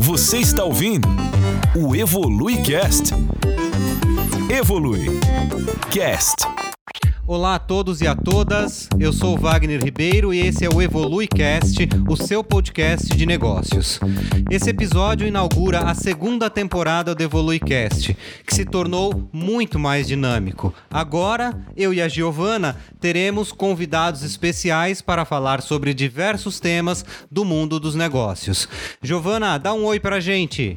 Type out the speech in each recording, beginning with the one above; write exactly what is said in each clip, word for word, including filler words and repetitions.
Você está ouvindo o EvoluiCast. Evolui Cast. Olá a todos e a todas, eu sou o Wagner Ribeiro e esse é o EvoluiCast, o seu podcast de negócios. Esse episódio inaugura a segunda temporada do EvoluiCast, que se tornou muito mais dinâmico. Agora, eu e a Giovana teremos convidados especiais para falar sobre diversos temas do mundo dos negócios. Giovana, dá um oi pra gente.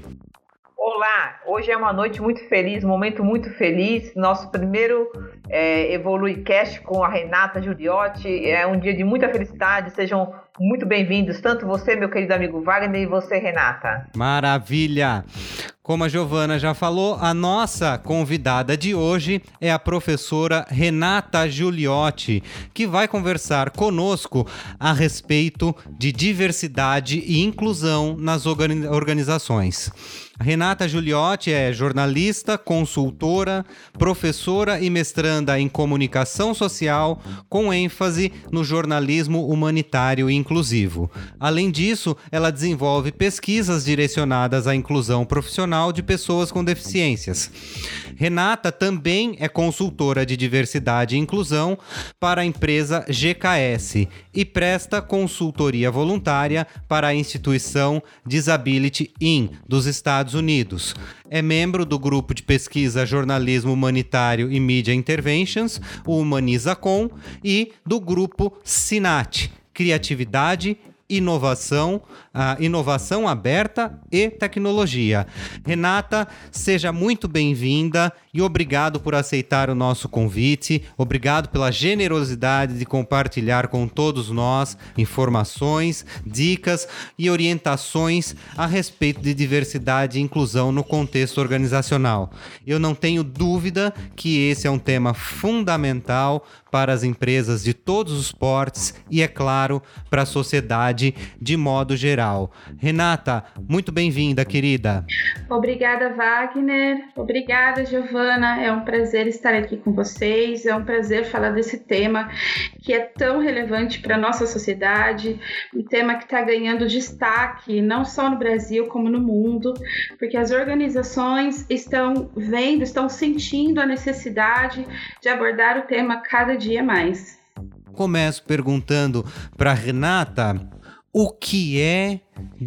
Olá, hoje é uma noite muito feliz, um momento muito feliz, nosso primeiro é, EvoluiCast com a Renata Giuliotti, é um dia de muita felicidade, sejam muito bem-vindos, tanto você, meu querido amigo Wagner, e você, Renata. Maravilha! Como a Giovana já falou, a nossa convidada de hoje é a professora Renata Giuliotti, que vai conversar conosco a respeito de diversidade e inclusão nas organizações. A Renata Giuliotti é jornalista, consultora, professora e mestranda em comunicação social, com ênfase no jornalismo humanitário e inclusivo. Além disso, ela desenvolve pesquisas direcionadas à inclusão profissional de pessoas com deficiências. Renata também é consultora de diversidade e inclusão para a empresa G K S e presta consultoria voluntária para a instituição Disability Incorporated dos Estados Unidos. É membro do grupo de pesquisa Jornalismo Humanitário e Media Interventions, o HumanizaCom, e do grupo SINAT, Criatividade, Inovação, a inovação aberta e tecnologia. Renata, seja muito bem-vinda e obrigado por aceitar o nosso convite. Obrigado pela generosidade de compartilhar com todos nós informações, dicas e orientações a respeito de diversidade e inclusão no contexto organizacional. Eu não tenho dúvida que esse é um tema fundamental para as empresas de todos os portes e, é claro, para a sociedade de modo geral. Renata, muito bem-vinda, querida. Obrigada, Wagner. Obrigada, Giovana. É um prazer estar aqui com vocês. É um prazer falar desse tema que é tão relevante para a nossa sociedade, um tema que está ganhando destaque não só no Brasil como no mundo, porque as organizações estão vendo, estão sentindo a necessidade de abordar o tema cada dia mais. Começo perguntando para Renata o que é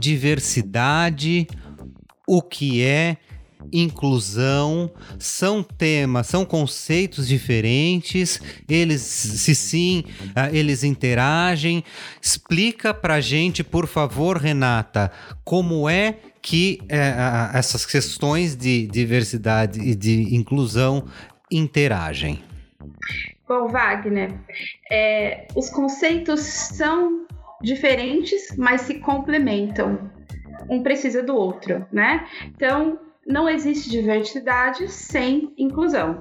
diversidade, o que é inclusão. São temas, são conceitos diferentes, eles, se sim, eles interagem. Explica pra gente, por favor, Renata, como é que é, essas questões de diversidade e de inclusão interagem. Bom, Wagner, é, os conceitos são diferentes, mas se complementam. Um precisa do outro, né? Então, não existe diversidade sem inclusão.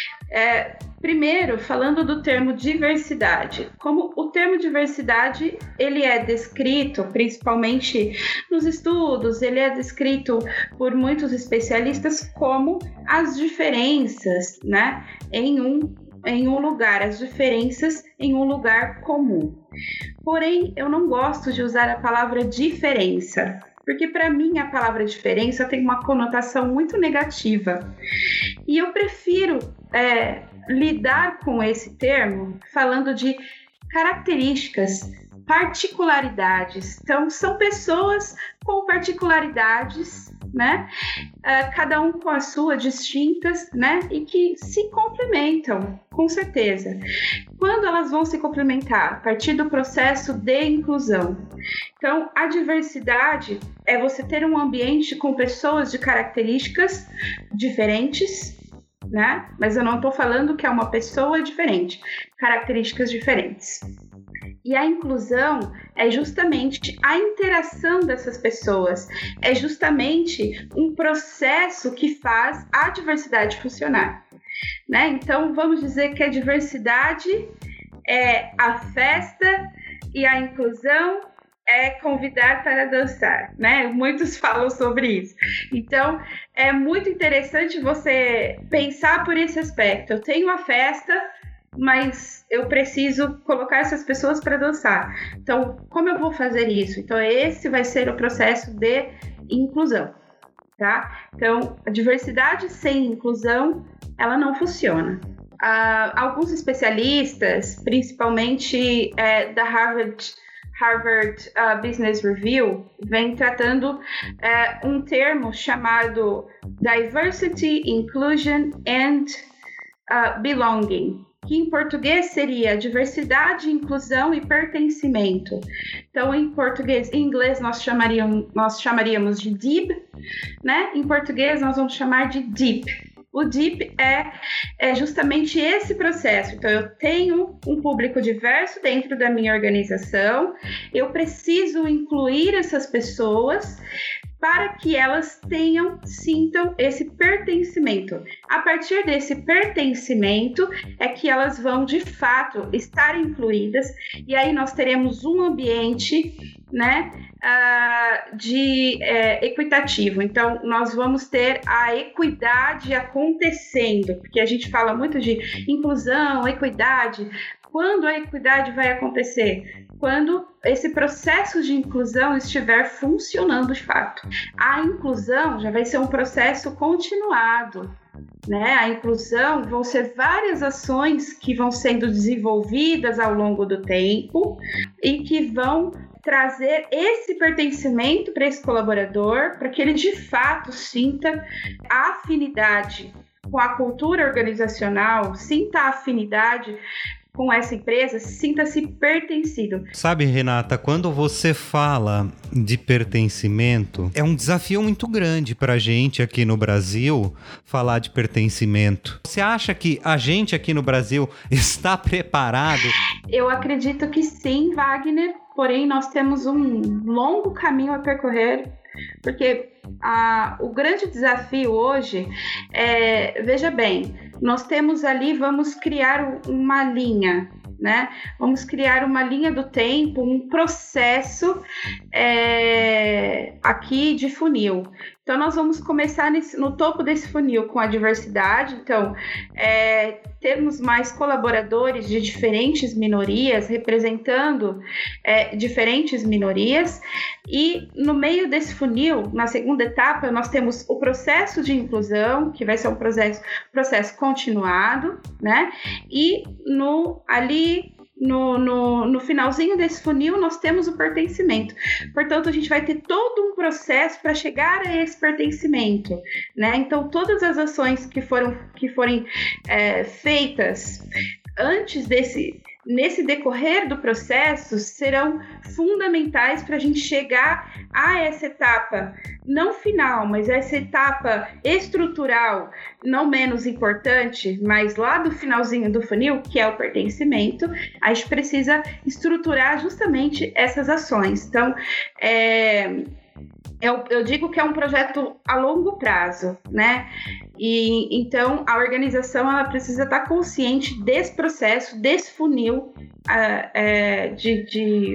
É, primeiro, falando do termo diversidade. Como o termo diversidade, ele é descrito, principalmente nos estudos, ele é descrito por muitos especialistas como as diferenças, né, em um em um lugar, as diferenças em um lugar comum. Porém, eu não gosto de usar a palavra diferença, porque para mim a palavra diferença tem uma conotação muito negativa. E eu prefiro é, lidar com esse termo falando de características, particularidades. Então, são pessoas com particularidades, né? Uh, cada um com as suas distintas, né? E que se complementam, com certeza. Quando elas vão se complementar? A partir do processo de inclusão. Então, a diversidade é você ter um ambiente com pessoas de características diferentes, né? Mas eu não estou falando que é uma pessoa diferente, características diferentes. E a inclusão é justamente a interação dessas pessoas, é justamente um processo que faz a diversidade funcionar, né? Então, vamos dizer que a diversidade é a festa e a inclusão é convidar para dançar, né? Muitos falam sobre isso. Então, é muito interessante você pensar por esse aspecto. Eu tenho uma festa, mas eu preciso colocar essas pessoas para dançar. Então, como eu vou fazer isso? Então, esse vai ser o processo de inclusão, tá? Então, a diversidade sem inclusão, ela não funciona. Uh, alguns especialistas, principalmente é, da Harvard, Harvard uh, Business Review, vem tratando uh, um termo chamado Diversity, Inclusion and uh, Belonging, que em português seria diversidade, inclusão e pertencimento. Então, em português, em inglês nós chamaríamos, nós chamaríamos de D I B, né? Em português nós vamos chamar de D I P. O D I P é, é justamente esse processo. Então, eu tenho um público diverso dentro da minha organização, eu preciso incluir essas pessoas para que elas tenham, sintam esse pertencimento. A partir desse pertencimento é que elas vão, de fato, estar incluídas, e aí nós teremos um ambiente, né, uh, de é, equitativo. Então, nós vamos ter a equidade acontecendo, porque a gente fala muito de inclusão, equidade. Quando a equidade vai acontecer? Quando esse processo de inclusão estiver funcionando de fato. A inclusão já vai ser um processo continuado, né? A inclusão vão ser várias ações que vão sendo desenvolvidas ao longo do tempo e que vão trazer esse pertencimento para esse colaborador, para que ele de fato sinta a afinidade com a cultura organizacional, sinta a afinidade com essa empresa, sinta-se pertencido. Sabe, Renata, quando você fala de pertencimento, é um desafio muito grande para a gente aqui no Brasil falar de pertencimento. Você acha que a gente aqui no Brasil está preparado? Eu acredito que sim, Wagner, porém nós temos um longo caminho a percorrer, porque a, o grande desafio hoje é, veja bem, nós temos ali, vamos criar uma linha, né? Vamos criar uma linha do tempo, um processo é, aqui de funil. Então, nós vamos começar nesse, no topo desse funil com a diversidade. Então, é, termos mais colaboradores de diferentes minorias, representando é, diferentes minorias. E no meio desse funil, na segunda etapa, nós temos o processo de inclusão, que vai ser um processo, processo continuado, né? E no, ali... No, no, no finalzinho desse funil, nós temos o pertencimento. Portanto, a gente vai ter todo um processo para chegar a esse pertencimento, né? Então, todas as ações que, foram, que forem é, feitas antes desse... nesse decorrer do processo, serão fundamentais para a gente chegar a essa etapa, não final, mas essa etapa estrutural, não menos importante, mas lá do finalzinho do funil, que é o pertencimento, a gente precisa estruturar justamente essas ações. Então, é... Eu, eu digo que é um projeto a longo prazo, né? E então a organização ela precisa estar consciente desse processo, desse funil uh, uh, de, de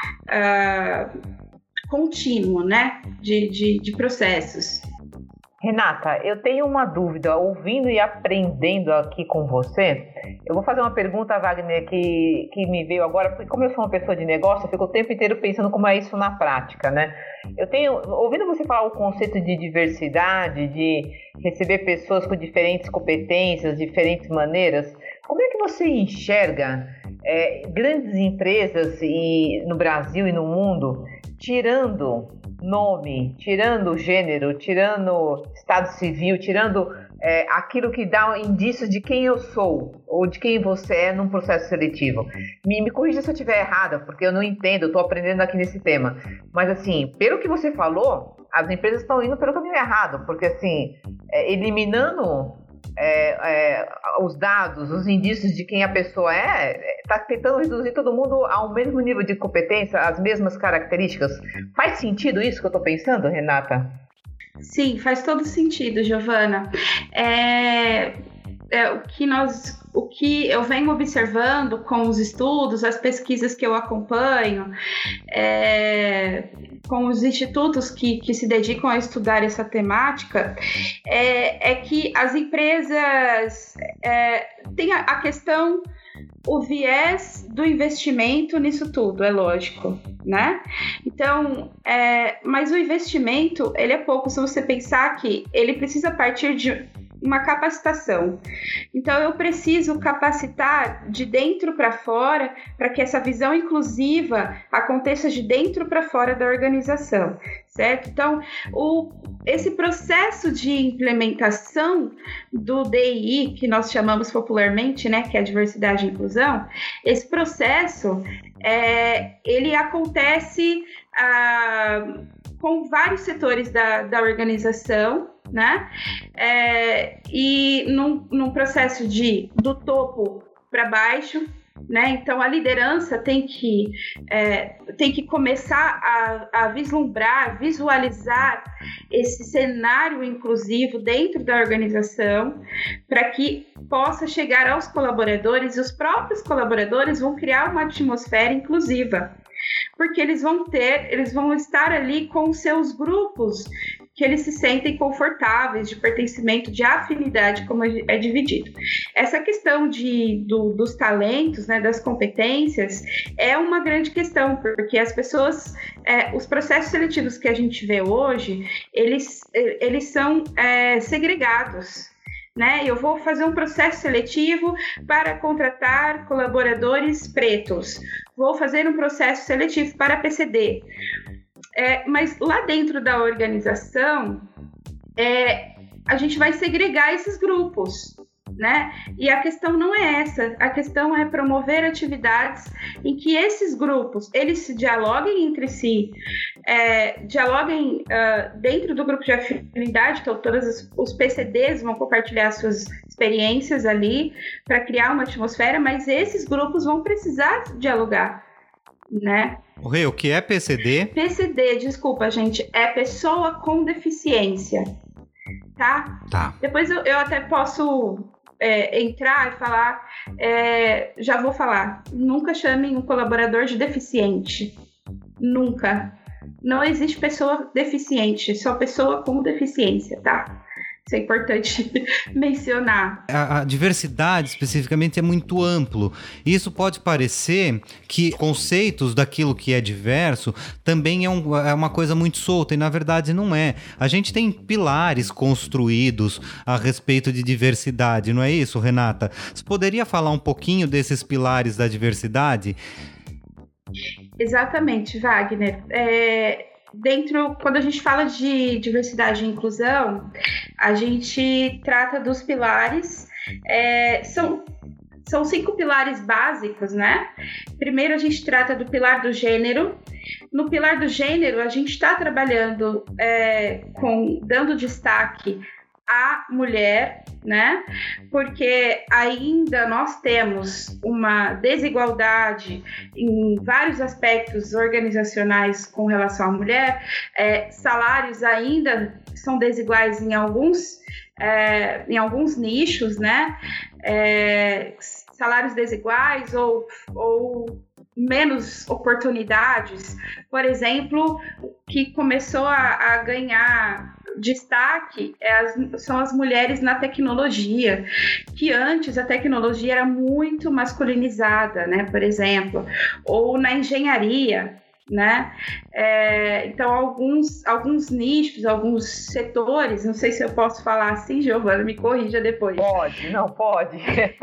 uh, contínuo, né? De, de, de processos. Renata, eu tenho uma dúvida, ouvindo e aprendendo aqui com você, eu vou fazer uma pergunta, Wagner, que, que me veio agora, porque como eu sou uma pessoa de negócio, eu fico o tempo inteiro pensando como é isso na prática, né? Eu tenho, ouvindo você falar o conceito de diversidade, de receber pessoas com diferentes competências, diferentes maneiras, como é que você enxerga é, grandes empresas e, no Brasil e no mundo, tirando nome, tirando gênero, tirando estado civil, tirando é, aquilo que dá indício de quem eu sou ou de quem você é num processo seletivo. Me, me corrija se eu estiver errada, porque eu não entendo, eu estou aprendendo aqui nesse tema. Mas assim, pelo que você falou, as empresas estão indo pelo caminho errado, porque assim, é, eliminando É, é, os dados, os indícios de quem a pessoa é, está tentando reduzir todo mundo ao mesmo nível de competência, as mesmas características. Faz sentido isso que eu estou pensando, Renata? Sim, faz todo sentido, Giovana. É, é, o que nós, o que eu venho observando com os estudos, as pesquisas que eu acompanho, é, com os institutos que, que se dedicam a estudar essa temática, é, é que as empresas é, têm a, a questão o viés do investimento nisso tudo, é lógico, né? Então, é, mas o investimento, ele é pouco se você pensar que ele precisa partir de uma capacitação. Então, eu preciso capacitar de dentro para fora para que essa visão inclusiva aconteça de dentro para fora da organização, certo? Então, o, esse processo de implementação do D I I, que nós chamamos popularmente, né, que é a diversidade e inclusão, esse processo, é, ele acontece ah, com vários setores da, da organização, né? É, e num, num processo de do topo para baixo, né? Então a liderança tem que, é, tem que começar a, a vislumbrar, visualizar esse cenário inclusivo dentro da organização para que possa chegar aos colaboradores, e os próprios colaboradores vão criar uma atmosfera inclusiva, porque eles vão ter, eles vão estar ali com os seus grupos que eles se sentem confortáveis, de pertencimento, de afinidade, como é dividido. Essa questão de, do, dos talentos, né, das competências, é uma grande questão, porque as pessoas, é, os processos seletivos que a gente vê hoje, eles, eles são é, segregados. Né? Eu vou fazer um processo seletivo para contratar colaboradores pretos. Vou fazer um processo seletivo para P C D. É, mas lá dentro da organização, é, a gente vai segregar esses grupos, né? E a questão não é essa. A questão é promover atividades em que esses grupos, eles se dialoguem entre si, é, dialoguem uh, dentro do grupo de afinidade, então todos os P C Ds vão compartilhar suas experiências ali para criar uma atmosfera, mas esses grupos vão precisar dialogar, né? O Rê, o que é P C D? P C D, desculpa, gente, é pessoa com deficiência, tá? Tá. Depois eu, eu até posso é, entrar e falar, é, já vou falar, nunca chamem um colaborador de deficiente, nunca. Não existe pessoa deficiente, só pessoa com deficiência, tá? Isso é importante mencionar. A, a diversidade, especificamente, é muito amplo. Isso pode parecer que conceitos daquilo que é diverso também é, um, é uma coisa muito solta, e na verdade não é. A gente tem pilares construídos a respeito de diversidade, não é isso, Renata? Você poderia falar um pouquinho desses pilares da diversidade? Exatamente, Wagner. É... Dentro, quando a gente fala de diversidade e inclusão, a gente trata dos pilares, é, são, são cinco pilares básicos, né? Primeiro a gente trata do pilar do gênero. No pilar do gênero, a gente está trabalhando é, com, dando destaque à mulher, né? Porque ainda nós temos uma desigualdade em vários aspectos organizacionais com relação à mulher, é, salários ainda são desiguais em alguns, é, em alguns nichos, né? É, salários desiguais ou, ou menos oportunidades. Por exemplo, que começou a, a ganhar destaque é as, são as mulheres na tecnologia, que antes a tecnologia era muito masculinizada, né, por exemplo, ou na engenharia, né? É, então, alguns, alguns nichos, alguns setores, não sei se eu posso falar assim, Giovana, me corrija depois. Pode, não pode.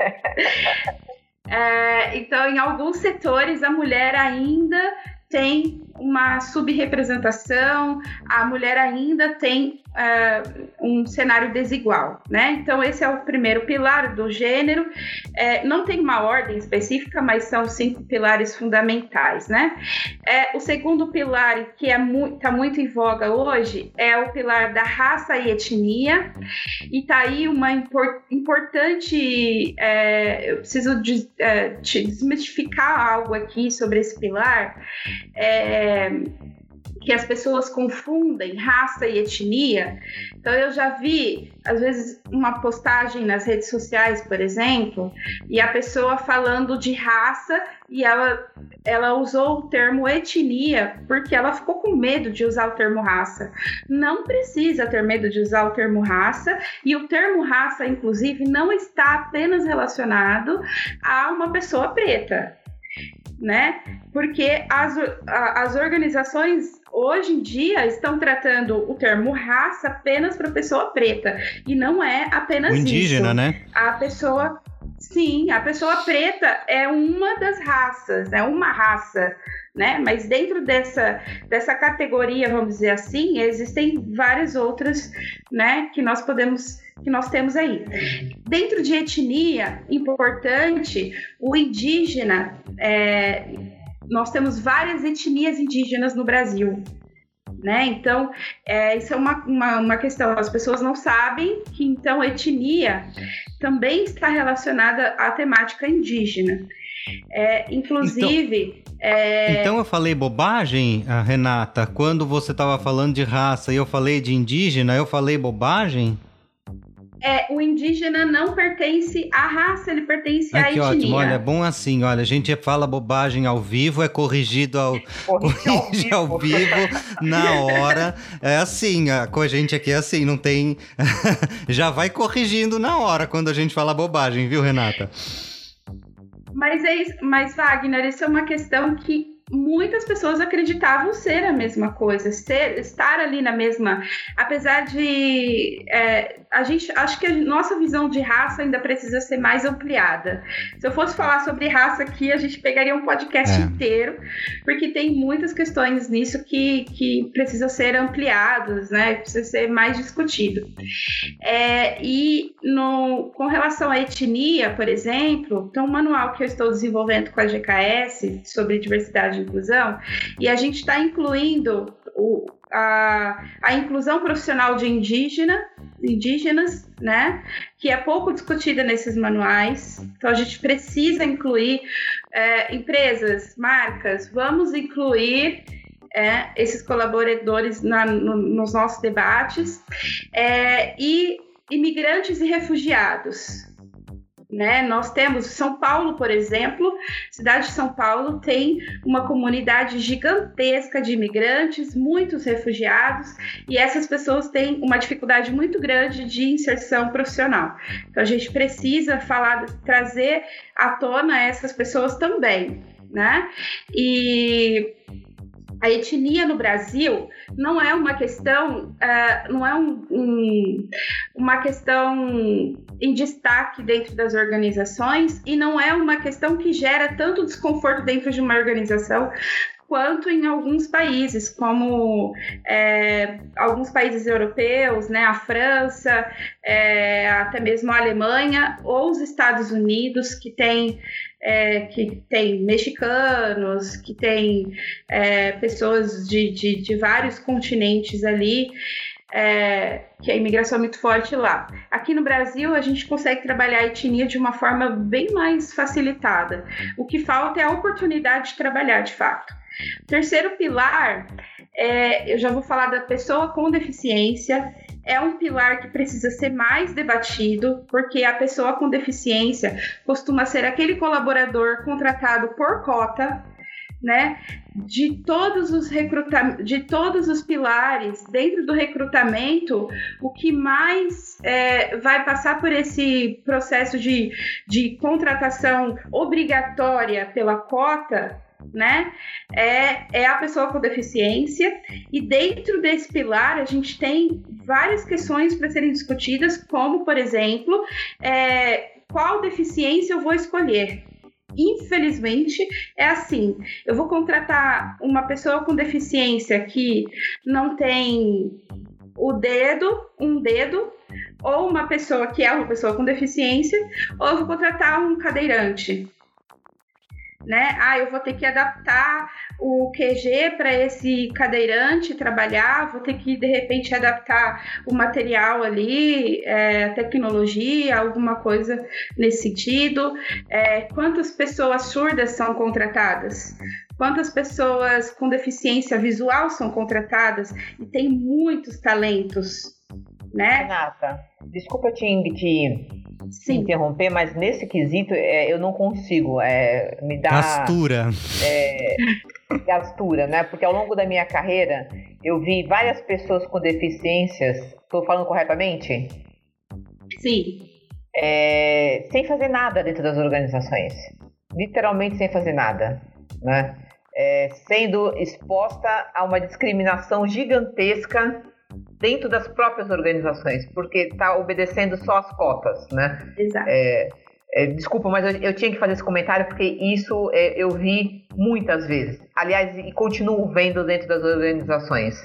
É, então, em alguns setores, a mulher ainda tem uma subrepresentação, a mulher ainda tem uh, um cenário desigual, né? Então, esse é o primeiro pilar do gênero. É, não tem uma ordem específica, mas são cinco pilares fundamentais, né? É, o segundo pilar, que é mu- tá muito em voga hoje, é o pilar da raça e etnia. E tá aí uma impor- importante... É, eu preciso de, é, te desmistificar algo aqui sobre esse pilar, é, que as pessoas confundem raça e etnia. Então eu já vi, às vezes, uma postagem nas redes sociais, por exemplo, e a pessoa falando de raça e ela, ela usou o termo etnia porque ela ficou com medo de usar o termo raça. Não precisa ter medo de usar o termo raça, e o termo raça, inclusive, não está apenas relacionado a uma pessoa preta, né? Porque as, as organizações hoje em dia estão tratando o termo raça apenas para pessoa preta, e não é apenas o indígena, isso. Né? A pessoa, sim, a pessoa preta é uma das raças, é uma raça, né? Mas dentro dessa, dessa categoria, vamos dizer assim, existem várias outras, né, que nós podemos, que nós temos aí. Dentro de etnia, importante, o indígena, é, nós temos várias etnias indígenas no Brasil, né? Então, é, isso é uma, uma, uma questão, as pessoas não sabem que, então, etnia também está relacionada à temática indígena. É, inclusive... Então, é... então eu falei bobagem, Renata? Quando você estava falando de raça e eu falei de indígena, eu falei bobagem? É, o indígena não pertence à raça, ele pertence Ai, à que etnia. Ótimo, olha, é bom assim, olha, a gente fala bobagem ao vivo, é corrigido ao, corrige ao vivo na hora, é assim, a, com a gente aqui é assim, não tem, já vai corrigindo na hora quando a gente fala bobagem, viu, Renata? Mas, é isso, mas Wagner, isso é uma questão que muitas pessoas acreditavam ser a mesma coisa, ser, estar ali na mesma, apesar de é, a gente, acho que a nossa visão de raça ainda precisa ser mais ampliada. Se eu fosse falar sobre raça aqui, a gente pegaria um podcast é. inteiro, porque tem muitas questões nisso que, que precisam ser ampliados, né? Precisa ser mais discutido. É, e no, com relação à etnia, por exemplo, tem um manual que eu estou desenvolvendo com a G K S sobre diversidade e inclusão, e a gente está incluindo o, a, a inclusão profissional de indígena, indígenas, né, que é pouco discutida nesses manuais. Então a gente precisa incluir é, empresas, marcas, vamos incluir é, esses colaboradores na, no, nos nossos debates, é, e imigrantes e refugiados. Né? Nós temos São Paulo, por exemplo, cidade de São Paulo tem uma comunidade gigantesca de imigrantes, muitos refugiados, e essas pessoas têm uma dificuldade muito grande de inserção profissional. Então a gente precisa falar, trazer à tona essas pessoas também, né? E a etnia no Brasil não é uma questão, uh, não é um, um, uma questão em destaque dentro das organizações, e não é uma questão que gera tanto desconforto dentro de uma organização quanto em alguns países, como é, alguns países europeus, né, a França, é, até mesmo a Alemanha ou os Estados Unidos, que tem É, que tem mexicanos, que tem é, pessoas de, de, de vários continentes ali, é, que a imigração é muito forte lá. Aqui no Brasil, a gente consegue trabalhar a etnia de uma forma bem mais facilitada. O que falta é a oportunidade de trabalhar, de fato. O terceiro pilar, é, eu já vou falar da pessoa com deficiência. É um pilar que precisa ser mais debatido, porque a pessoa com deficiência costuma ser aquele colaborador contratado por cota, né? De todos os recruta- de todos os pilares dentro do recrutamento, o que mais é, vai passar por esse processo de, de contratação obrigatória pela cota, né, é, é a pessoa com deficiência. E dentro desse pilar a gente tem várias questões para serem discutidas, como, por exemplo, é, qual deficiência eu vou escolher. Infelizmente é assim, eu vou contratar uma pessoa com deficiência que não tem o dedo, um dedo, ou uma pessoa que é uma pessoa com deficiência, ou eu vou contratar um cadeirante. né? Ah, eu vou ter que adaptar o Q G para esse cadeirante trabalhar, vou ter que, de repente, adaptar o material ali, é, tecnologia, alguma coisa nesse sentido. É, quantas pessoas surdas são contratadas? Quantas pessoas com deficiência visual são contratadas? E tem muitos talentos, né? Renata, desculpa te, te, te interromper, mas nesse quesito é, eu não consigo é, me dar... Gastura. É, gastura, né? Porque ao longo da minha carreira eu vi várias pessoas com deficiências, estou falando corretamente? Sim. É, sem fazer nada dentro das organizações. Literalmente sem fazer nada, né? É, sendo exposta a uma discriminação gigantesca dentro das próprias organizações, porque está obedecendo só as cotas, né? Exato. É, é, desculpa, mas eu, eu tinha que fazer esse comentário porque isso é, eu vi muitas vezes. Aliás, e continuo vendo dentro das organizações.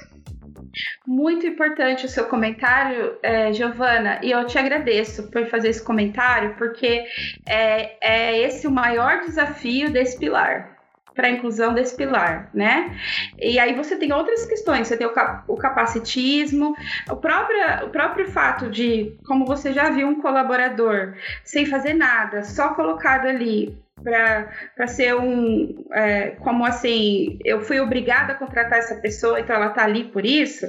Muito importante o seu comentário, é, Giovana, e eu te agradeço por fazer esse comentário, porque é, é esse o maior desafio desse pilar, para a inclusão desse pilar, né? E aí você tem outras questões, você tem o, cap- o capacitismo, o próprio, o próprio fato de, como você já viu, um colaborador sem fazer nada, só colocado ali para ser um, é, como assim, eu fui obrigada a contratar essa pessoa, então ela está ali por isso,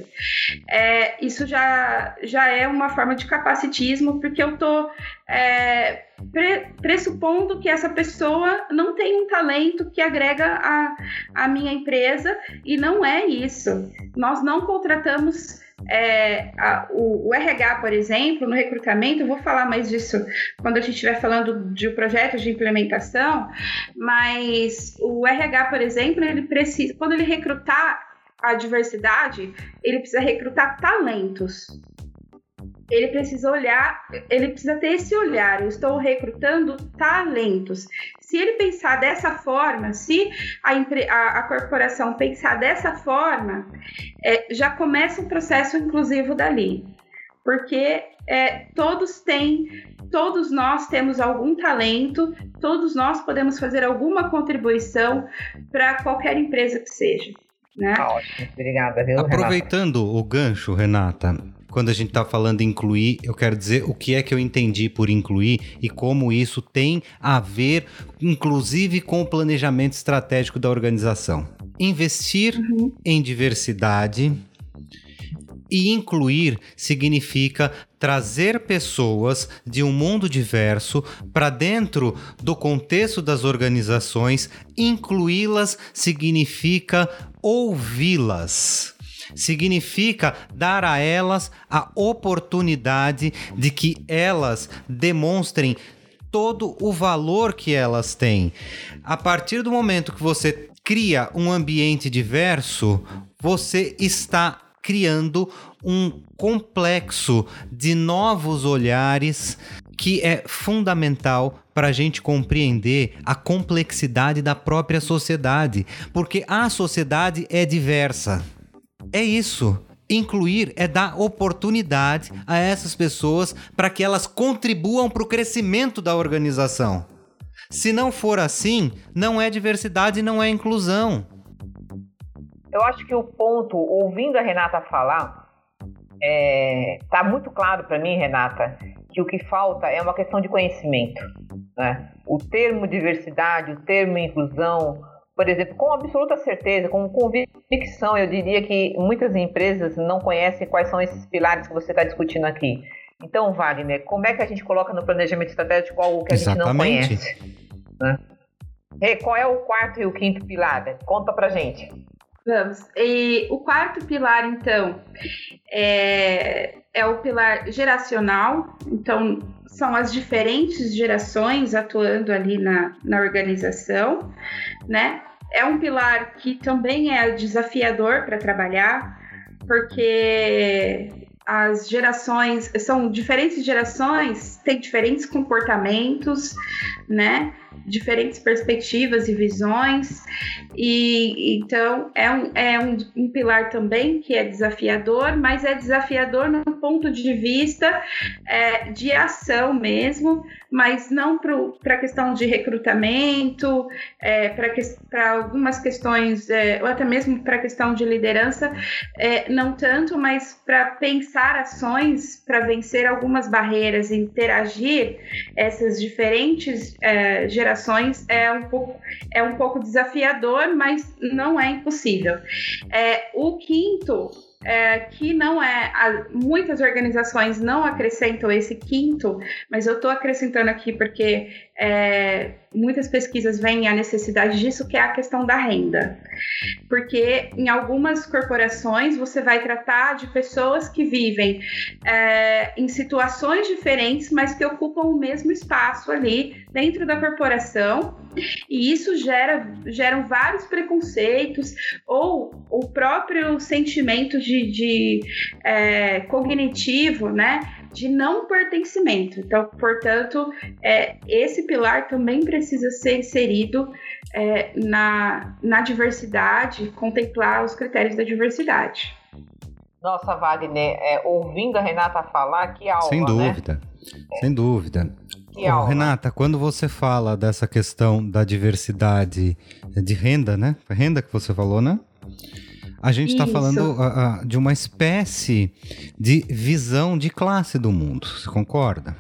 é, isso já, já é uma forma de capacitismo, porque eu estou é, pre, pressupondo que essa pessoa não tem um talento que agrega a, a minha empresa, e não é isso. Nós não contratamos É, a, o, o R H, por exemplo, no recrutamento, eu vou falar mais disso quando a gente estiver falando de projetos de implementação, mas o R H, por exemplo, ele precisa, quando ele recrutar a diversidade, ele precisa recrutar talentos. Ele precisa olhar, ele precisa ter esse olhar, eu estou recrutando talentos. Se ele pensar dessa forma, se a, a, a corporação pensar dessa forma, é, já começa um processo inclusivo dali. Porque é, todos têm, todos nós temos algum talento, todos nós podemos fazer alguma contribuição para qualquer empresa que seja. Né? Ah, ótimo, obrigada, viu, Aproveitando Renata? o gancho, Renata, quando a gente está falando em incluir, eu quero dizer o que é que eu entendi por incluir e como isso tem a ver, inclusive, com o planejamento estratégico da organização. Investir uhum. em diversidade e incluir significa trazer pessoas de um mundo diverso para dentro do contexto das organizações. Incluí-las significa ouvi-las. Significa dar a elas a oportunidade de que elas demonstrem todo o valor que elas têm. A partir do momento que você cria um ambiente diverso, você está criando um complexo de novos olhares que é fundamental para a gente compreender a complexidade da própria sociedade, porque a sociedade é diversa. É isso. Incluir é dar oportunidade a essas pessoas para que elas contribuam para o crescimento da organização. Se não for assim, não é diversidade e não é inclusão. Eu acho que o ponto, ouvindo a Renata falar, é, tá muito claro para mim, Renata, que o que falta é uma questão de conhecimento, né? O termo diversidade, o termo inclusão, por exemplo, com absoluta certeza, com convicção, eu diria que muitas empresas não conhecem quais são esses pilares que você está discutindo aqui. Então, Wagner, como é que a gente coloca no planejamento estratégico algo que a Exatamente. gente não conhece? Né? Hey, qual é o quarto e o quinto pilar? Conta pra gente. Vamos. E o quarto pilar, então, é, é o pilar geracional. Então, são as diferentes gerações atuando ali na, na organização, né? É um pilar que também é desafiador para trabalhar, porque as gerações, são diferentes gerações, têm diferentes comportamentos, né? Diferentes perspectivas e visões, e então é, um, é um, um pilar também que é desafiador, mas é desafiador no ponto de vista é, de ação mesmo, mas não para a questão de recrutamento, é, para algumas questões, é, ou até mesmo para a questão de liderança, é, não tanto, mas para pensar ações para vencer algumas barreiras e interagir essas diferentes é, gerações é um pouco, é um pouco desafiador, mas não é impossível. É, o quinto, é, que não é, a, muitas organizações não acrescentam esse quinto, mas eu estou acrescentando aqui porque é, muitas pesquisas veem a necessidade disso, que é a questão da renda. Porque em algumas corporações você vai tratar de pessoas que vivem é, em situações diferentes, mas que ocupam o mesmo espaço ali dentro da corporação, e isso gera geram vários preconceitos ou o próprio sentimento de, de é, cognitivo, né, de não pertencimento. Então, portanto, é, esse pilar também precisa ser inserido é, na, na diversidade, contemplar os critérios da diversidade. Nossa, Wagner, é, ouvindo a Renata falar, que aula, Sem né? dúvida, sem dúvida. Que aula. Ô, Renata, quando você fala dessa questão da diversidade de renda, né? Renda que você falou, né? A gente está falando uh, uh, de uma espécie de visão de classe do mundo, você concorda?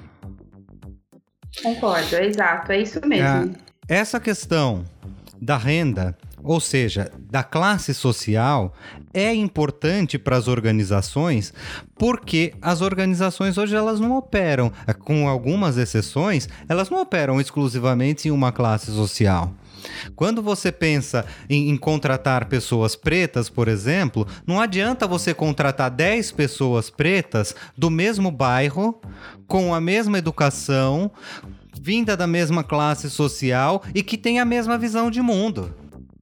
Concordo, é exato, é isso mesmo. Uh, essa questão da renda, ou seja, da classe social, é importante para as organizações, porque as organizações hoje elas não operam, com algumas exceções, elas não operam exclusivamente em uma classe social. Quando você pensa em, em contratar pessoas pretas, por exemplo, não adianta você contratar dez pessoas pretas do mesmo bairro, com a mesma educação, vinda da mesma classe social e que tem a mesma visão de mundo.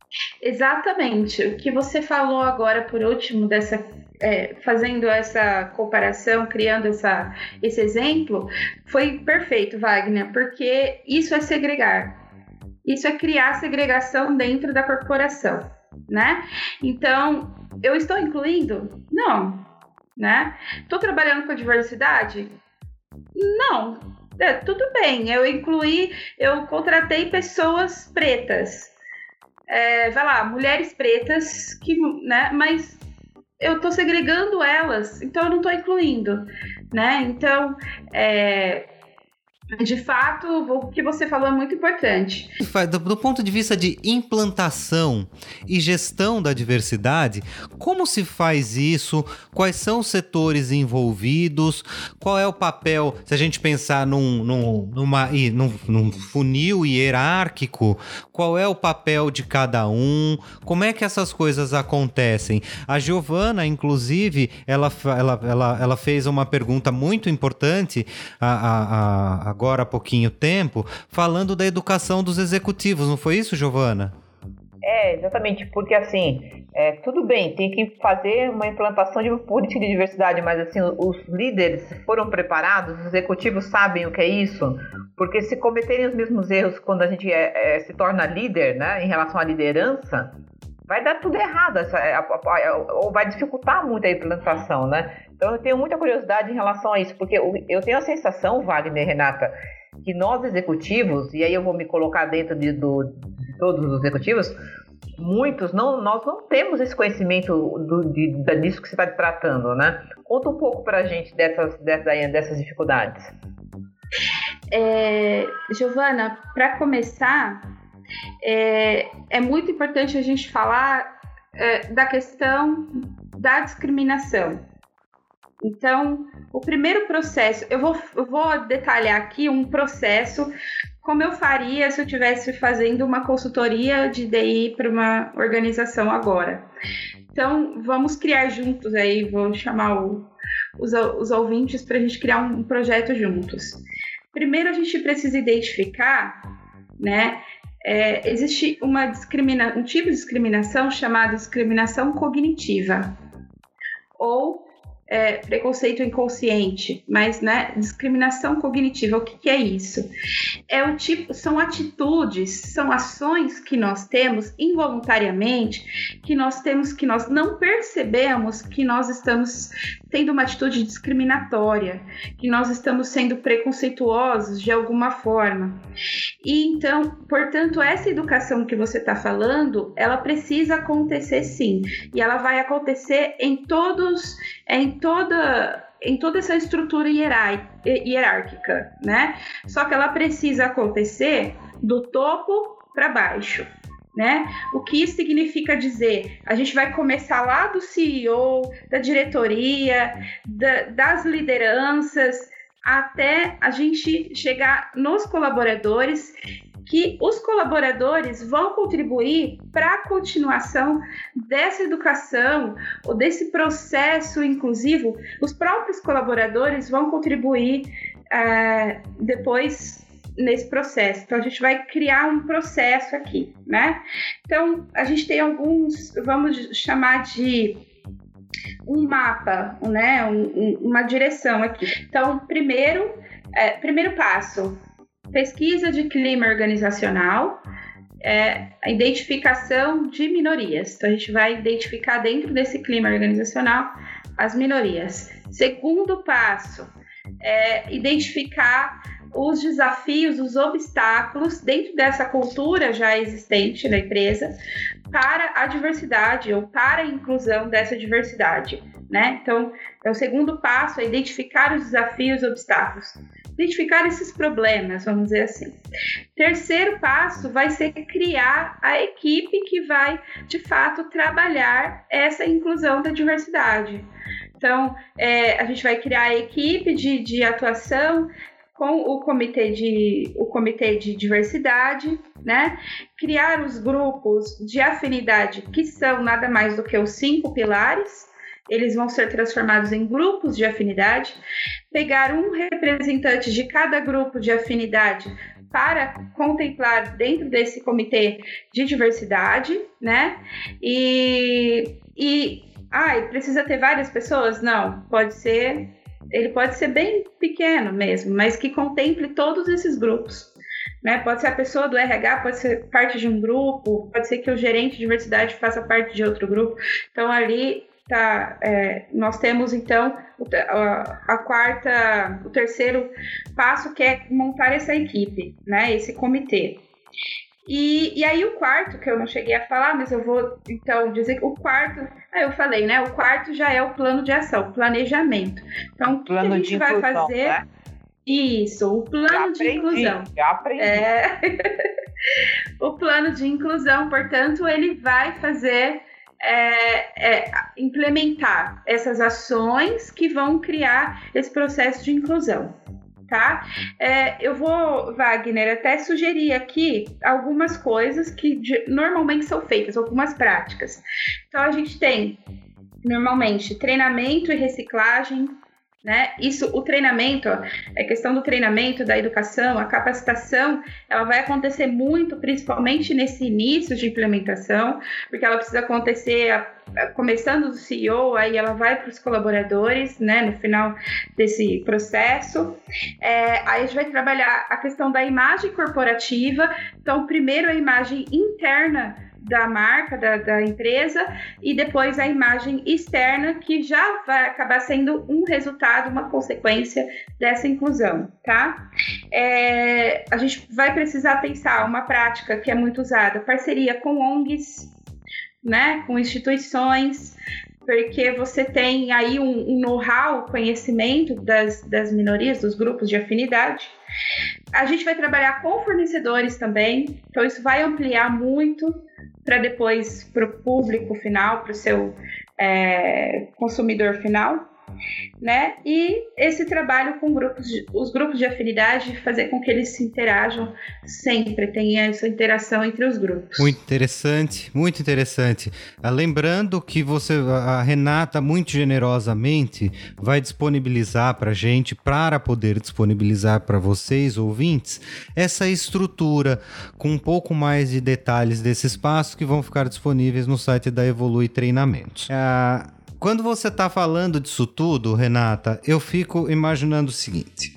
Exatamente. O que você falou agora, por último, dessa, é, fazendo essa comparação, criando essa, esse exemplo, foi perfeito, Wagner, porque isso é segregar. Isso é criar segregação dentro da corporação, né? Então, eu estou incluindo? Não, né? Estou trabalhando com a diversidade? Não. É, tudo bem, eu incluí, eu contratei pessoas pretas. É, vai lá, mulheres pretas, que, né? Mas eu estou segregando elas, então eu não estou incluindo, né? Então, é... de fato, o que você falou é muito importante. Do, do ponto de vista de implantação e gestão da diversidade, como se faz isso? Quais são os setores envolvidos? Qual é o papel, se a gente pensar num, num, numa, num, num funil hierárquico, qual é o papel de cada um? Como é que essas coisas acontecem? A Giovana, inclusive, ela, ela, ela, ela fez uma pergunta muito importante a, a, a agora há pouquinho tempo, falando da educação dos executivos, não foi isso, Giovana? É, exatamente, porque assim, é, tudo bem, tem que fazer uma implantação de uma política de diversidade, mas assim, os líderes foram preparados, os executivos sabem o que é isso, porque se cometerem os mesmos erros quando a gente é, é, se torna líder, né, em relação à liderança, vai dar tudo errado, essa, ou vai dificultar muito a implantação, né? Então eu tenho muita curiosidade em relação a isso, porque eu tenho a sensação, Wagner e Renata, que nós executivos, e aí eu vou me colocar dentro de, do, de todos os executivos, muitos, não, nós não temos esse conhecimento do, de, disso que você está tratando, né? Conta um pouco pra gente dessas, dessas, dessas dificuldades. É, Giovana, para começar, é, é muito importante a gente falar é, da questão da discriminação. Então, o primeiro processo, eu vou, eu vou detalhar aqui um processo como eu faria se eu estivesse fazendo uma consultoria de D I para uma organização agora. Então, vamos criar juntos aí, vou chamar o, os, os ouvintes para a gente criar um projeto juntos. Primeiro, a gente precisa identificar, né, é, existe uma discrimina, um tipo de discriminação chamada discriminação cognitiva, ou é, preconceito inconsciente, mas, né, discriminação cognitiva, o que, que é isso? É o tipo, são atitudes, são ações que nós temos involuntariamente, que nós temos, que nós não percebemos que nós estamos tendo uma atitude discriminatória, que nós estamos sendo preconceituosos de alguma forma. E então, portanto, essa educação que você está falando, ela precisa acontecer sim, e ela vai acontecer em todos, em toda, em toda essa estrutura hierárquica, né? Só que ela precisa acontecer do topo para baixo, né? O que isso significa dizer? A gente vai começar lá do C E O, da diretoria, da, das lideranças, até a gente chegar nos colaboradores, que os colaboradores vão contribuir para a continuação dessa educação, ou desse processo inclusivo. Os próprios colaboradores vão contribuir uh, depois nesse processo. Então, a gente vai criar um processo aqui, né? Então, a gente tem alguns, vamos chamar de um mapa, né? Um, um, uma direção aqui. Então, primeiro, é, primeiro passo, pesquisa de clima organizacional, é, a identificação de minorias. Então, a gente vai identificar dentro desse clima organizacional as minorias. Segundo passo, é identificar os desafios, os obstáculos dentro dessa cultura já existente na empresa para a diversidade ou para a inclusão dessa diversidade, né? Então, é o segundo passo é identificar os desafios e obstáculos. Identificar esses problemas, vamos dizer assim. Terceiro passo vai ser criar a equipe que vai, de fato, trabalhar essa inclusão da diversidade. Então, é, a gente vai criar a equipe de, de atuação com o comitê de, o comitê de diversidade, né? Criar os grupos de afinidade, que são nada mais do que os cinco pilares. Eles vão ser transformados em grupos de afinidade, pegar um representante de cada grupo de afinidade para contemplar dentro desse comitê de diversidade, né? E, e ah, precisa ter várias pessoas? Não, pode ser, ele pode ser bem pequeno mesmo, mas que contemple todos esses grupos. Né? Pode ser a pessoa do R H, pode ser parte de um grupo, pode ser que o gerente de diversidade faça parte de outro grupo. Então, ali Tá, é, nós temos então a, a quarta, o terceiro passo, que é montar essa equipe, né, esse comitê. E, e aí o quarto, que eu não cheguei a falar, mas eu vou então dizer que o quarto, aí eu falei, né, o quarto já é o plano de ação, planejamento. Então, o que a gente vai inclusão, fazer? Né? Isso, o plano já de aprendi, inclusão. Já aprendi. É... o plano de inclusão, portanto, ele vai fazer... É, é, implementar essas ações que vão criar esse processo de inclusão, tá? É, eu vou, Wagner, até sugerir aqui algumas coisas que de, normalmente são feitas, algumas práticas. Então, a gente tem, normalmente, treinamento e reciclagem, né? Isso, o treinamento, a questão do treinamento, da educação, a capacitação, ela vai acontecer muito, principalmente nesse início de implementação, porque ela precisa acontecer a, a, começando do C E O, aí ela vai para os colaboradores, né, no final desse processo. É, aí a gente vai trabalhar a questão da imagem corporativa. Então, primeiro a imagem interna da marca, da, da empresa, e depois a imagem externa, que já vai acabar sendo um resultado, uma consequência dessa inclusão, tá? É, a gente vai precisar pensar uma prática que é muito usada, parceria com O N Gs, né, com instituições, porque você tem aí um, um know-how, conhecimento das, das minorias, dos grupos de afinidade. A gente vai trabalhar com fornecedores também, então isso vai ampliar muito para depois para o público final, para o seu é, consumidor final, né? E esse trabalho com grupos de, os grupos de afinidade, fazer com que eles se interajam sempre, tenha essa interação entre os grupos. Muito interessante, muito interessante. Ah, lembrando que você, a Renata, muito generosamente, vai disponibilizar para a gente, para poder disponibilizar para vocês, ouvintes, essa estrutura com um pouco mais de detalhes desse espaço que vão ficar disponíveis no site da Evolui Treinamentos. Ah, quando você está falando disso tudo, Renata, eu fico imaginando o seguinte.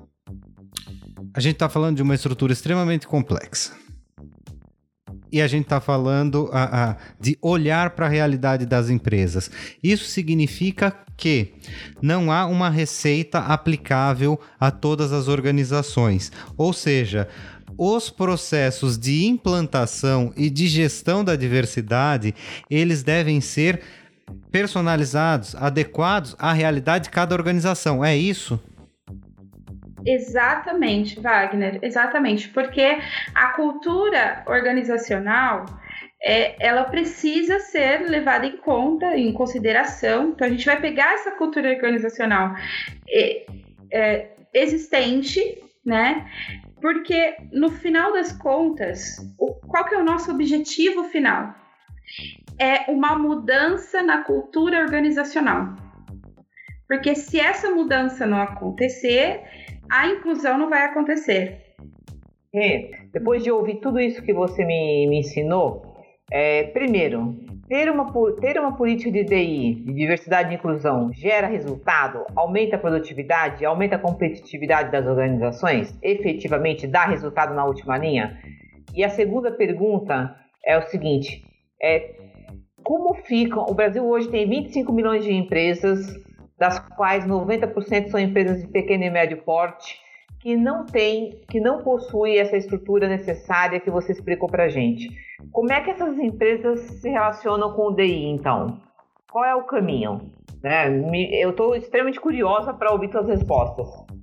A gente está falando de uma estrutura extremamente complexa. E a gente está falando a, a, de olhar para a realidade das empresas. Isso significa que não há uma receita aplicável a todas as organizações. Ou seja, os processos de implantação e de gestão da diversidade, eles devem ser personalizados, adequados à realidade de cada organização. É isso? Exatamente, Wagner, exatamente, porque a cultura organizacional, é, ela precisa ser levada em conta, em consideração. Então, a gente vai pegar essa cultura organizacional é, é, existente, né? Porque, no final das contas, o, qual que é o nosso objetivo final? É uma mudança na cultura organizacional. Porque se essa mudança não acontecer, a inclusão não vai acontecer. É, depois de ouvir tudo isso que você me, me ensinou, é, primeiro, ter uma, ter uma política de D I, de diversidade e inclusão, gera resultado, aumenta a produtividade, aumenta a competitividade das organizações, efetivamente dá resultado na última linha? E a segunda pergunta é o seguinte, é, como ficam... O Brasil hoje tem vinte e cinco milhões de empresas, das quais noventa por cento são empresas de pequeno e médio porte, que não tem, que não possuem essa estrutura necessária que você explicou para a gente. Como é que essas empresas se relacionam com o D I, então? Qual é o caminho? Né? Eu estou extremamente curiosa para ouvir suas respostas.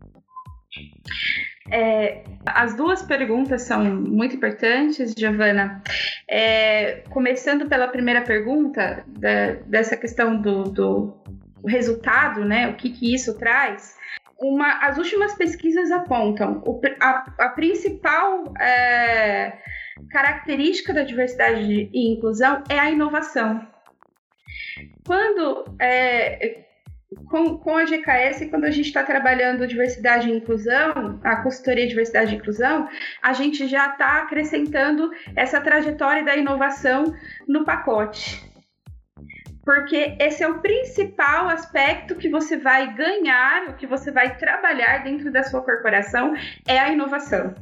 É, as duas perguntas são muito importantes, Giovana. É, começando pela primeira pergunta, da, dessa questão do... do o resultado, né? O que, que isso traz? Uma, as últimas pesquisas apontam o, a, a principal é, característica da diversidade e inclusão é a inovação. Quando é, com, com a G K S, quando a gente está trabalhando diversidade e inclusão, a consultoria diversidade e inclusão, a gente já está acrescentando essa trajetória da inovação no pacote. Porque esse é o principal aspecto que você vai ganhar, o que você vai trabalhar dentro da sua corporação, é a inovação.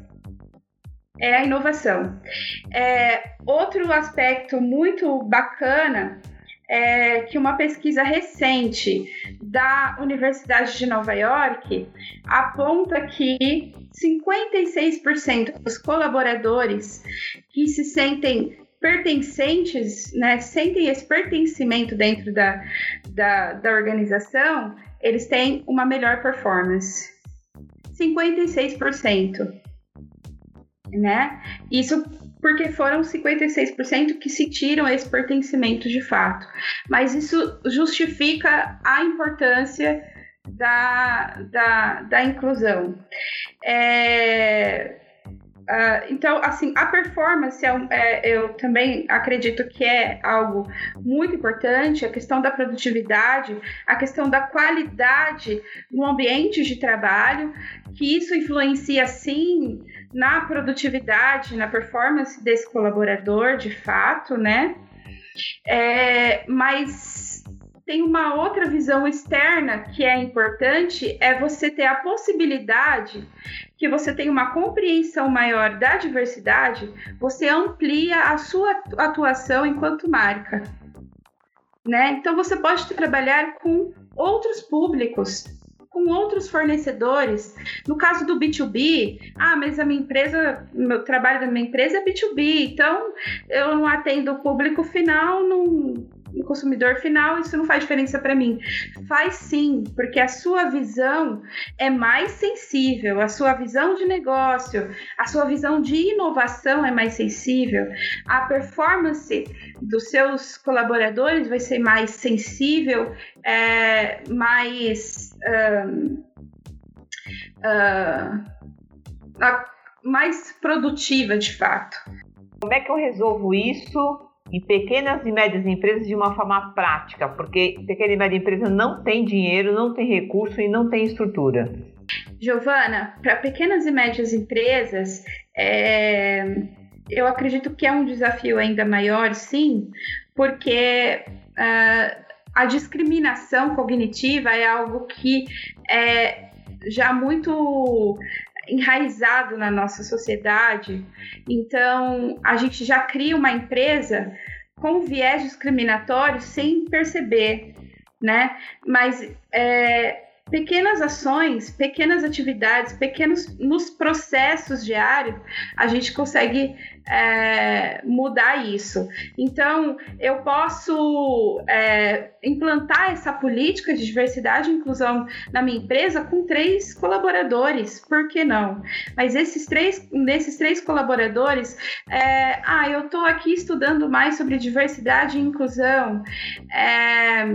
É a inovação. É, outro aspecto muito bacana é que uma pesquisa recente da Universidade de Nova York aponta que cinquenta e seis por cento dos colaboradores que se sentem pertencentes, né, sentem esse pertencimento dentro da, da, da organização, eles têm uma melhor performance. cinquenta e seis por cento. Né? Isso porque foram cinquenta e seis por cento que sentiram esse pertencimento de fato. Mas isso justifica a importância da, da, da inclusão. É... Uh, então, assim, a performance, é, é, eu também acredito que é algo muito importante, a questão da produtividade, a questão da qualidade no ambiente de trabalho, que isso influencia, sim, na produtividade, na performance desse colaborador, de fato, né? É, mas tem uma outra visão externa que é importante, é você ter a possibilidade que você tenha uma compreensão maior da diversidade, você amplia a sua atuação enquanto marca. Né? Então, você pode trabalhar com outros públicos, com outros fornecedores. No caso do B dois B, ah, mas a minha empresa, o meu trabalho da minha empresa é B dois B, então eu não atendo o público final, não... o consumidor final, isso não faz diferença para mim. Faz sim, porque a sua visão é mais sensível, a sua visão de negócio, a sua visão de inovação é mais sensível, a performance dos seus colaboradores vai ser mais sensível, é, mais, um, uh, mais produtiva de fato. Como é que eu resolvo isso em pequenas e médias empresas de uma forma prática? Porque pequena e média empresa não tem dinheiro, não tem recurso e não tem estrutura. Giovana, para pequenas e médias empresas, é, eu acredito que é um desafio ainda maior, sim, porque uh, a discriminação cognitiva é algo que é já muito enraizado na nossa sociedade. Então, a gente já cria uma empresa com viés discriminatório sem perceber, né? Mas é, pequenas ações, pequenas atividades, pequenos nos processos diários, a gente consegue é, mudar isso. Então, eu posso é, implantar essa política de diversidade e inclusão na minha empresa com três colaboradores, por que não? Mas esses três, nesses três colaboradores, é, ah, eu estou aqui estudando mais sobre diversidade e inclusão. É,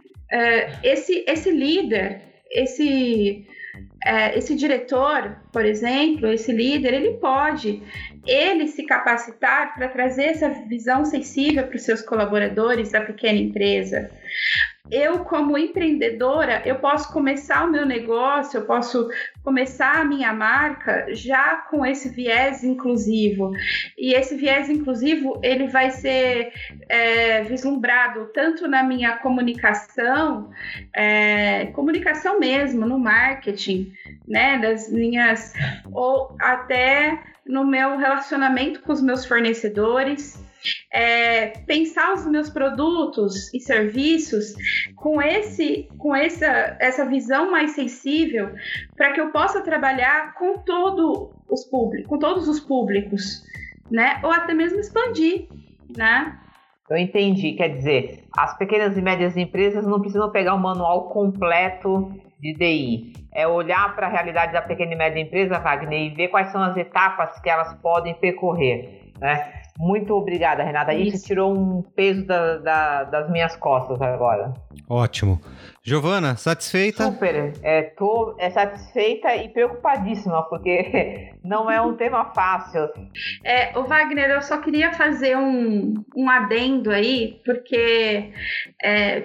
é, esse, esse líder, esse, é, esse diretor, por exemplo, esse líder, ele pode ele se capacitar para trazer essa visão sensível para os seus colaboradores da pequena empresa. Eu, como empreendedora, eu posso começar o meu negócio, eu posso começar a minha marca já com esse viés inclusivo. E esse viés inclusivo, ele vai ser é, vislumbrado tanto na minha comunicação, é, comunicação mesmo, no marketing, né, das minhas, ou até no meu relacionamento com os meus fornecedores. É, pensar os meus produtos e serviços com, esse, com essa, essa visão mais sensível para que eu possa trabalhar com, todo os públicos, com todos os públicos, né? Ou até mesmo expandir, né? Eu entendi, quer dizer, as pequenas e médias empresas não precisam pegar um manual completo de D I. É olhar para a realidade da pequena e média empresa, Wagner, e ver quais são as etapas que elas podem percorrer, né? Muito obrigada, Renata. Isso, Isso tirou um peso da, da, das minhas costas agora. Ótimo. Giovana, satisfeita? Super. Estou é, satisfeita e preocupadíssima, porque não é um tema fácil. É, o Wagner, eu só queria fazer um, um adendo aí, porque é,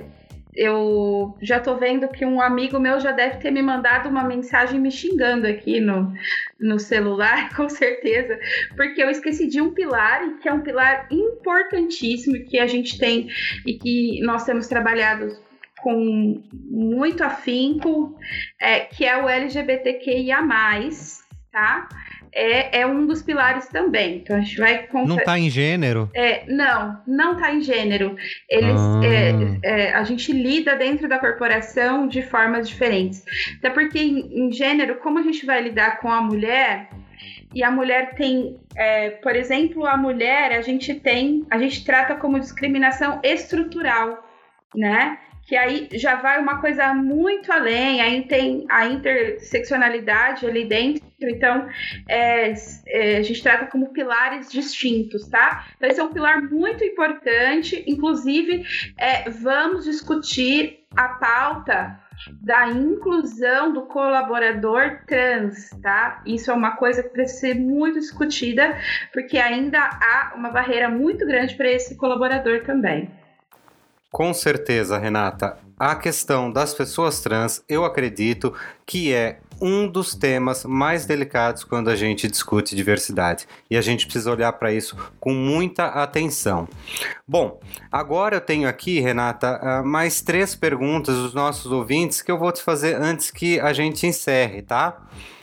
eu já tô vendo que um amigo meu já deve ter me mandado uma mensagem me xingando aqui no, no celular, com certeza, porque eu esqueci de um pilar, que é um pilar importantíssimo que a gente tem e que nós temos trabalhado com muito afinco, é, que é o L G B T Q I A mais, tá? É, é um dos pilares também. Então a gente vai... Confer... Não está em gênero? É, não, não está em gênero. Eles, ah. é, é, a gente lida dentro da corporação de formas diferentes. Até porque em, em gênero, como a gente vai lidar com a mulher, e a mulher tem, é, por exemplo, a mulher, a gente tem, a gente trata como discriminação estrutural, né? Que aí já vai uma coisa muito além, aí tem a interseccionalidade ali dentro, então é, é, a gente trata como pilares distintos, tá? Então esse é um pilar muito importante, inclusive é, vamos discutir a pauta da inclusão do colaborador trans, tá? Isso é uma coisa que precisa ser muito discutida, porque ainda há uma barreira muito grande para esse colaborador também. Com certeza, Renata. A questão das pessoas trans, eu acredito que é um dos temas mais delicados quando a gente discute diversidade. E a gente precisa olhar para isso com muita atenção. Bom, agora eu tenho aqui, Renata, mais três perguntas dos nossos ouvintes que eu vou te fazer antes que a gente encerre, tá?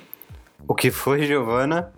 O que foi, Giovana?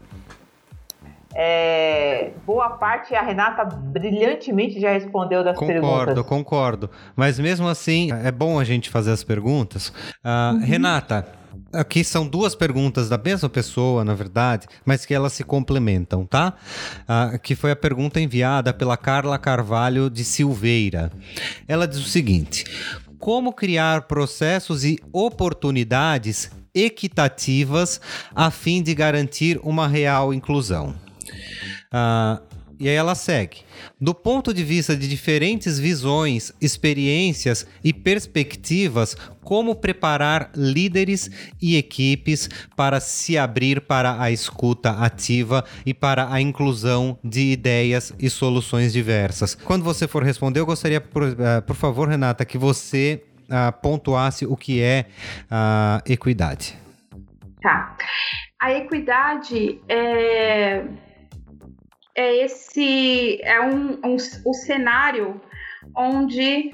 É, boa parte a Renata brilhantemente já respondeu das concordo, perguntas. Concordo, concordo. Mas mesmo assim, é bom a gente fazer as perguntas. Uh, uhum. Renata, aqui são duas perguntas da mesma pessoa, na verdade, mas que elas se complementam, tá? Uh, que foi a pergunta enviada pela Carla Carvalho de Silveira. Ela diz o seguinte: como criar processos e oportunidades equitativas a fim de garantir uma real inclusão? Uh, e aí ela segue. Do ponto de vista de diferentes visões, experiências e perspectivas, como preparar líderes e equipes para se abrir para a escuta ativa e para a inclusão de ideias e soluções diversas? Quando você for responder, eu gostaria, por, uh, por favor, Renata, que você uh, pontuasse o que é a uh, equidade. Tá. A equidade é... É esse é um, um, um cenário onde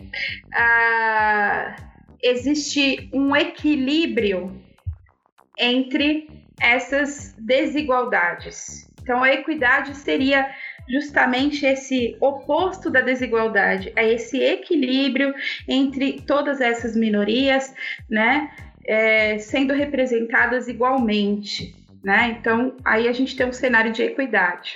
ah, existe um equilíbrio entre essas desigualdades. Então, a equidade seria justamente esse oposto da desigualdade, é esse equilíbrio entre todas essas minorias, né, é, sendo representadas igualmente, né? Então, aí a gente tem um cenário de equidade.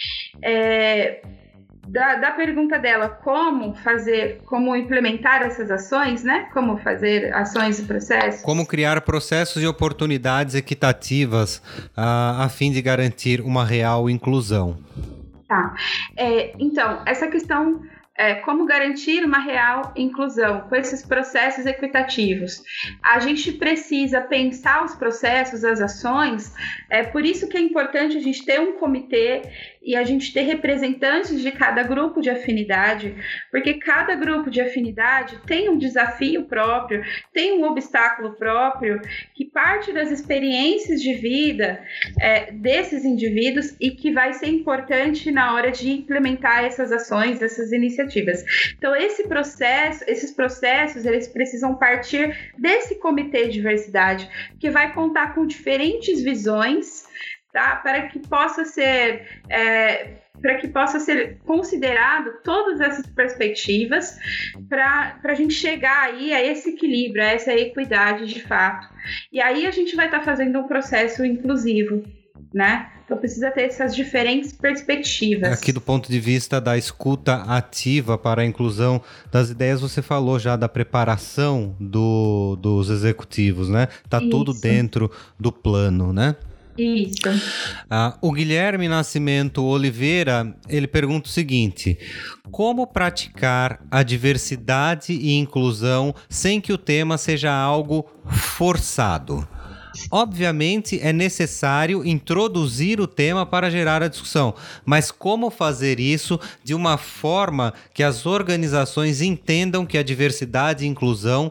É, da, da pergunta dela, como fazer, como implementar essas ações, né? Como fazer ações e processos? Como criar processos e oportunidades equitativas a, a fim de garantir uma real inclusão. Tá. É, então, essa questão é como garantir uma real inclusão com esses processos equitativos. A gente precisa pensar os processos, as ações, é por isso que é importante a gente ter um comitê e a gente ter representantes de cada grupo de afinidade, porque cada grupo de afinidade tem um desafio próprio, tem um obstáculo próprio, que parte das experiências de vida é, desses indivíduos e que vai ser importante na hora de implementar essas ações, essas iniciativas. Então, esse processo, esses processos, eles precisam partir desse comitê de diversidade, que vai contar com diferentes visões, tá? Para que possa ser é, para que possa ser considerado todas essas perspectivas, para a gente chegar aí a esse equilíbrio, a essa equidade de fato. E aí a gente vai estar tá fazendo um processo inclusivo, né? Então precisa ter essas diferentes perspectivas. Aqui do ponto de vista da escuta ativa para a inclusão das ideias, você falou já da preparação do, dos executivos, né? Tá Isso. tudo dentro do plano, né? Isso. Ah, o Guilherme Nascimento Oliveira, ele pergunta o seguinte: como praticar a diversidade e inclusão sem que o tema seja algo forçado? Obviamente é necessário introduzir o tema para gerar a discussão, mas como fazer isso de uma forma que as organizações entendam que a diversidade e inclusão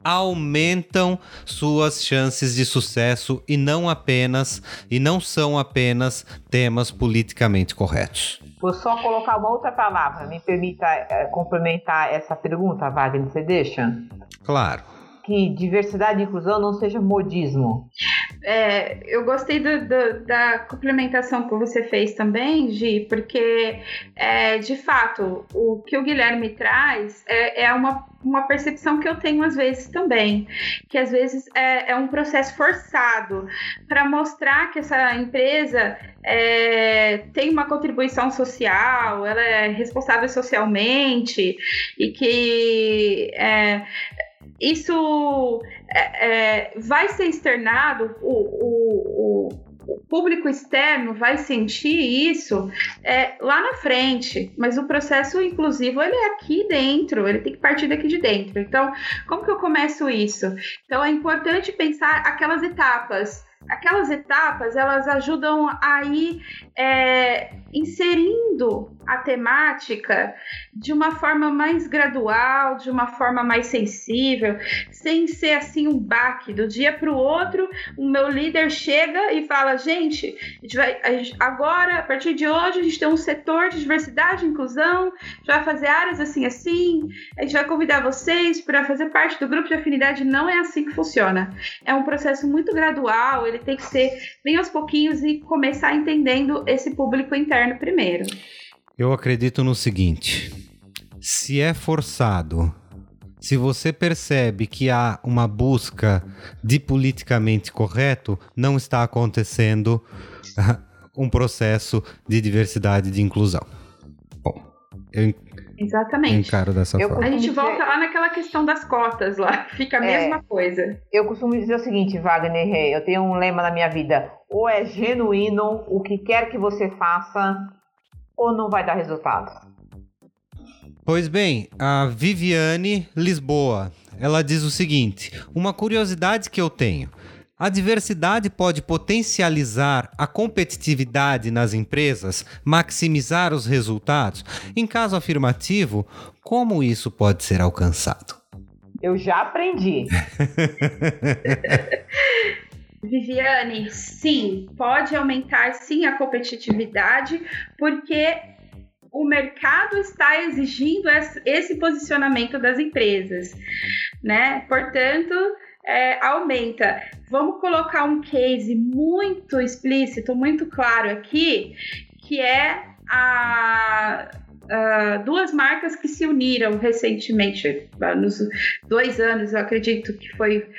aumentam suas chances de sucesso e não apenas e não são apenas temas politicamente corretos? Vou só colocar uma outra palavra, me permita é, complementar essa pergunta, Wagner, você deixa? Claro. Que diversidade e inclusão não seja modismo. É, eu gostei do, do, da complementação que você fez também, Gi, porque, é, de fato, o que o Guilherme traz é, é uma, uma percepção que eu tenho às vezes também, que às vezes é, é um processo forçado para mostrar que essa empresa é, tem uma contribuição social, ela é responsável socialmente e que... É, isso é, é, vai ser externado, o, o, o público externo vai sentir isso é, lá na frente, mas o processo inclusivo ele é aqui dentro, ele tem que partir daqui de dentro. Então, como que eu começo isso? Então, é importante pensar aquelas etapas. Aquelas etapas, elas ajudam a ir é, inserindo a temática de uma forma mais gradual, de uma forma mais sensível, sem ser assim um baque. Do dia para o outro, o meu líder chega e fala, gente, a gente vai, a gente, agora, a partir de hoje, a gente tem um setor de diversidade e inclusão, a gente vai fazer áreas assim, assim, a gente vai convidar vocês para fazer parte do grupo de afinidade. Não é assim que funciona. É um processo muito gradual, ele tem que ser bem aos pouquinhos e começar entendendo esse público interno primeiro. Eu acredito no seguinte: se é forçado, se você percebe que há uma busca de politicamente correto, não está acontecendo um processo de diversidade e de inclusão. Bom, eu Exatamente. encaro dessa eu forma. A gente volta lá naquela questão das cotas lá, fica a mesma é, coisa. Eu costumo dizer o seguinte, Wagner, eu tenho um lema na minha vida: ou é genuíno o que quer que você faça, ou não vai dar resultado. Pois bem, a Viviane Lisboa, ela diz o seguinte: uma curiosidade que eu tenho. A diversidade pode potencializar a competitividade nas empresas, maximizar os resultados? Em caso afirmativo, como isso pode ser alcançado? Eu já aprendi. Viviane, sim, pode aumentar sim a competitividade, porque o mercado está exigindo esse posicionamento das empresas, né? Portanto, é, aumenta. Vamos colocar um case muito explícito, muito claro aqui, que é a... Uh, duas marcas que se uniram recentemente, nos dois anos, eu acredito que foi uh,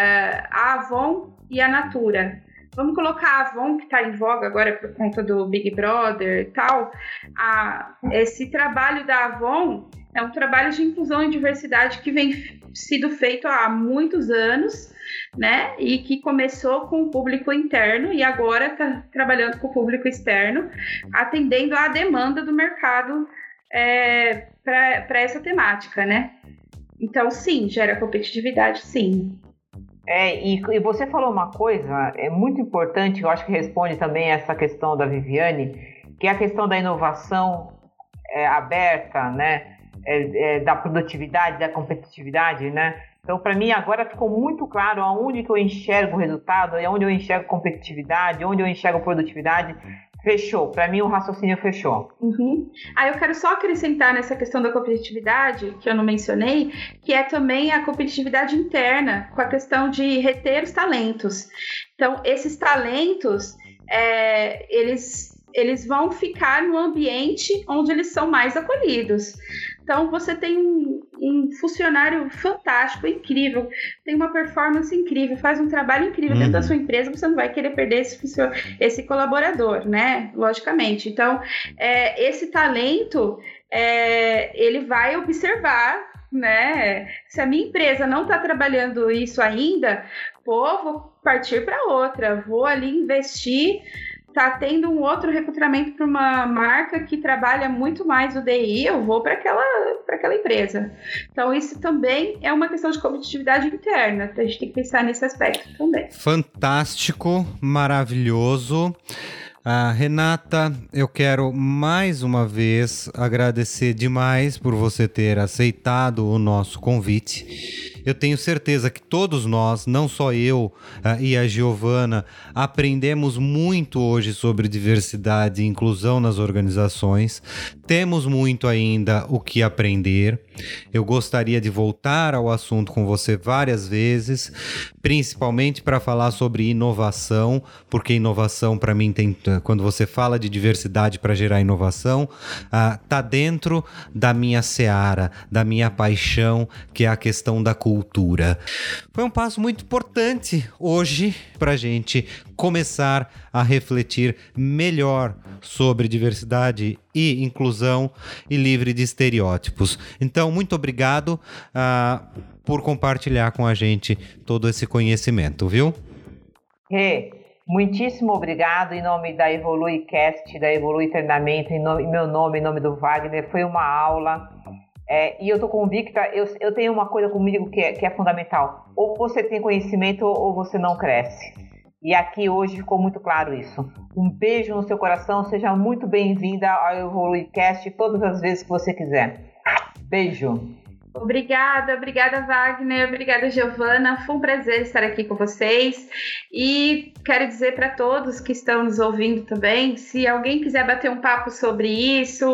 a Avon e a Natura. Vamos colocar a Avon, que está em voga agora por conta do Big Brother e tal. A, esse trabalho da Avon é um trabalho de inclusão e diversidade que vem sido feito há muitos anos, né? E que começou com o público interno e agora está trabalhando com o público externo, atendendo à demanda do mercado é, para essa temática, né? Então, sim, gera competitividade, sim. É, e, e você falou uma coisa é muito importante, eu acho que responde também essa questão da Viviane, que é a questão da inovação é, aberta, né? É, é, da produtividade, da competitividade, né? Então, para mim, agora ficou muito claro aonde que eu enxergo o resultado, aonde eu enxergo competitividade, onde eu enxergo produtividade. Fechou. Para mim, o raciocínio fechou. Uhum. Ah, eu quero só acrescentar nessa questão da competitividade, que eu não mencionei, que é também a competitividade interna, com a questão de reter os talentos. Então, esses talentos, é, eles... eles vão ficar no ambiente onde eles são mais acolhidos. Então, você tem um, um funcionário fantástico, incrível, tem uma performance incrível, faz um trabalho incrível dentro da sua empresa, você não vai querer perder esse, esse colaborador, né? Logicamente. Então, é, esse talento, é, ele vai observar, né? Se a minha empresa não está trabalhando isso ainda, pô, vou partir para outra, vou ali investir. Tá tendo um outro recrutamento para uma marca que trabalha muito mais o D I, eu vou para aquela, para aquela empresa. Então, isso também é uma questão de competitividade interna. A gente tem que pensar nesse aspecto também. Fantástico, maravilhoso. Ah, Renata, eu quero mais uma vez agradecer demais por você ter aceitado o nosso convite. Eu tenho certeza que todos nós, não só eu uh, e a Giovana, aprendemos muito hoje sobre diversidade e inclusão nas organizações. Temos muito ainda o que aprender. Eu gostaria de voltar ao assunto com você várias vezes, principalmente para falar sobre inovação, porque inovação, para mim, tem, quando você fala de diversidade para gerar inovação, uh, tá dentro da minha seara, da minha paixão, que é a questão da cultura. Cultura. Foi um passo muito importante hoje para a gente começar a refletir melhor sobre diversidade e inclusão e livre de estereótipos. Então, muito obrigado uh, por compartilhar com a gente todo esse conhecimento, viu? Rê, muitíssimo obrigado em nome da EvoluiCast, da Evolui Treinamento, em, nome, em meu nome, em nome do Wagner. Foi uma aula. É, e eu tô convicta, eu, eu tenho uma coisa comigo que é, que é fundamental. Ou você tem conhecimento ou você não cresce. E aqui hoje ficou muito claro isso. Um beijo no seu coração, seja muito bem-vinda ao EvoluiCast todas as vezes que você quiser. Beijo. Obrigada, obrigada Wagner, obrigada Giovana, foi um prazer estar aqui com vocês e quero dizer para todos que estão nos ouvindo também, se alguém quiser bater um papo sobre isso,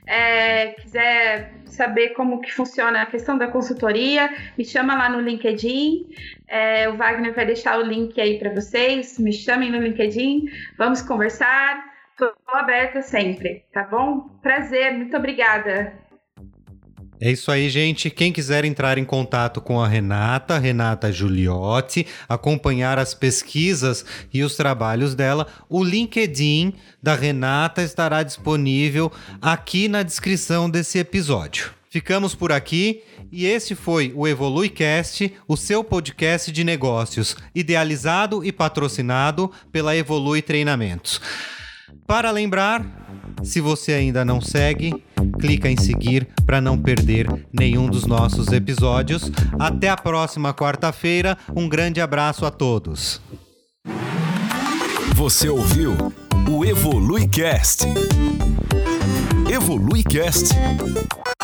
é, quiser saber como que funciona a questão da consultoria, me chama lá no LinkedIn, é, o Wagner vai deixar o link aí para vocês, me chamem no LinkedIn, vamos conversar, estou aberta sempre, tá bom? Prazer, muito obrigada. É isso aí, gente. Quem quiser entrar em contato com a Renata, Renata Giuliotti, acompanhar as pesquisas e os trabalhos dela, o LinkedIn da Renata estará disponível aqui na descrição desse episódio. Ficamos por aqui e esse foi o EvoluiCast, o seu podcast de negócios, idealizado e patrocinado pela Evolui Treinamentos. Para lembrar, se você ainda não segue, clica em seguir para não perder nenhum dos nossos episódios. Até a próxima quarta-feira. Um grande abraço a todos. Você ouviu o EvoluiCast. EvoluiCast.